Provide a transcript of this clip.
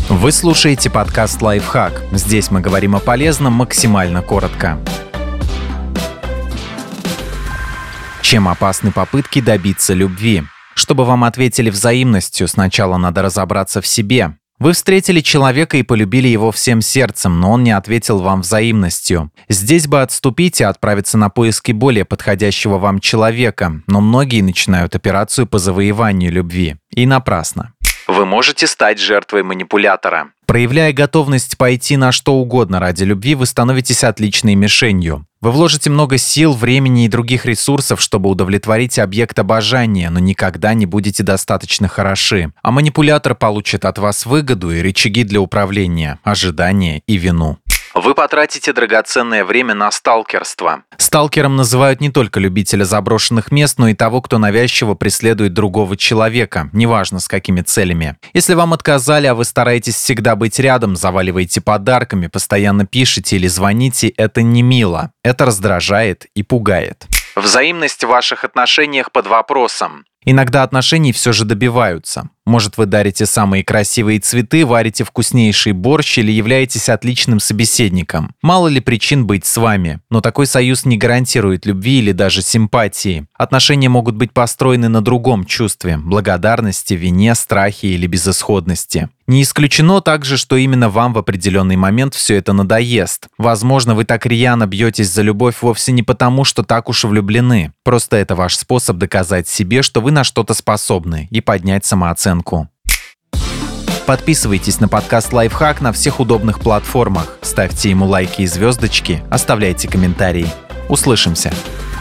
Вы слушаете подкаст «Лайфхак». Здесь мы говорим о полезном максимально коротко. Чем опасны попытки добиться любви? Чтобы вам ответили взаимностью, сначала надо разобраться в себе. Вы встретили человека и полюбили его всем сердцем, но он не ответил вам взаимностью. Здесь бы отступить и отправиться на поиски более подходящего вам человека, но многие начинают операцию по завоеванию любви. И напрасно. Вы можете стать жертвой манипулятора. Проявляя готовность пойти на что угодно ради любви, вы становитесь отличной мишенью. Вы вложите много сил, времени и других ресурсов, чтобы удовлетворить объект обожания, но никогда не будете достаточно хороши. А манипулятор получит от вас выгоду и рычаги для управления, ожидания и вину. Вы потратите драгоценное время на сталкерство. Сталкером называют не только любителя заброшенных мест, но и того, кто навязчиво преследует другого человека, неважно с какими целями. Если вам отказали, а вы стараетесь всегда быть рядом, заваливаете подарками, постоянно пишете или звоните, это не мило. Это раздражает и пугает. Взаимность в ваших отношениях под вопросом. Иногда отношений все же добиваются. Может, вы дарите самые красивые цветы, варите вкуснейший борщ или являетесь отличным собеседником. Мало ли причин быть с вами, но такой союз не гарантирует любви или даже симпатии. Отношения могут быть построены на другом чувстве – благодарности, вине, страхе или безысходности. Не исключено также, что именно вам в определенный момент все это надоест. Возможно, вы так рьяно бьетесь за любовь вовсе не потому, что так уж влюблены. Просто это ваш способ доказать себе, что вы на что-то способны, и поднять самооценку. Подписывайтесь на подкаст «Лайфхак» на всех удобных платформах. Ставьте ему лайки и звездочки, оставляйте комментарии. Услышимся!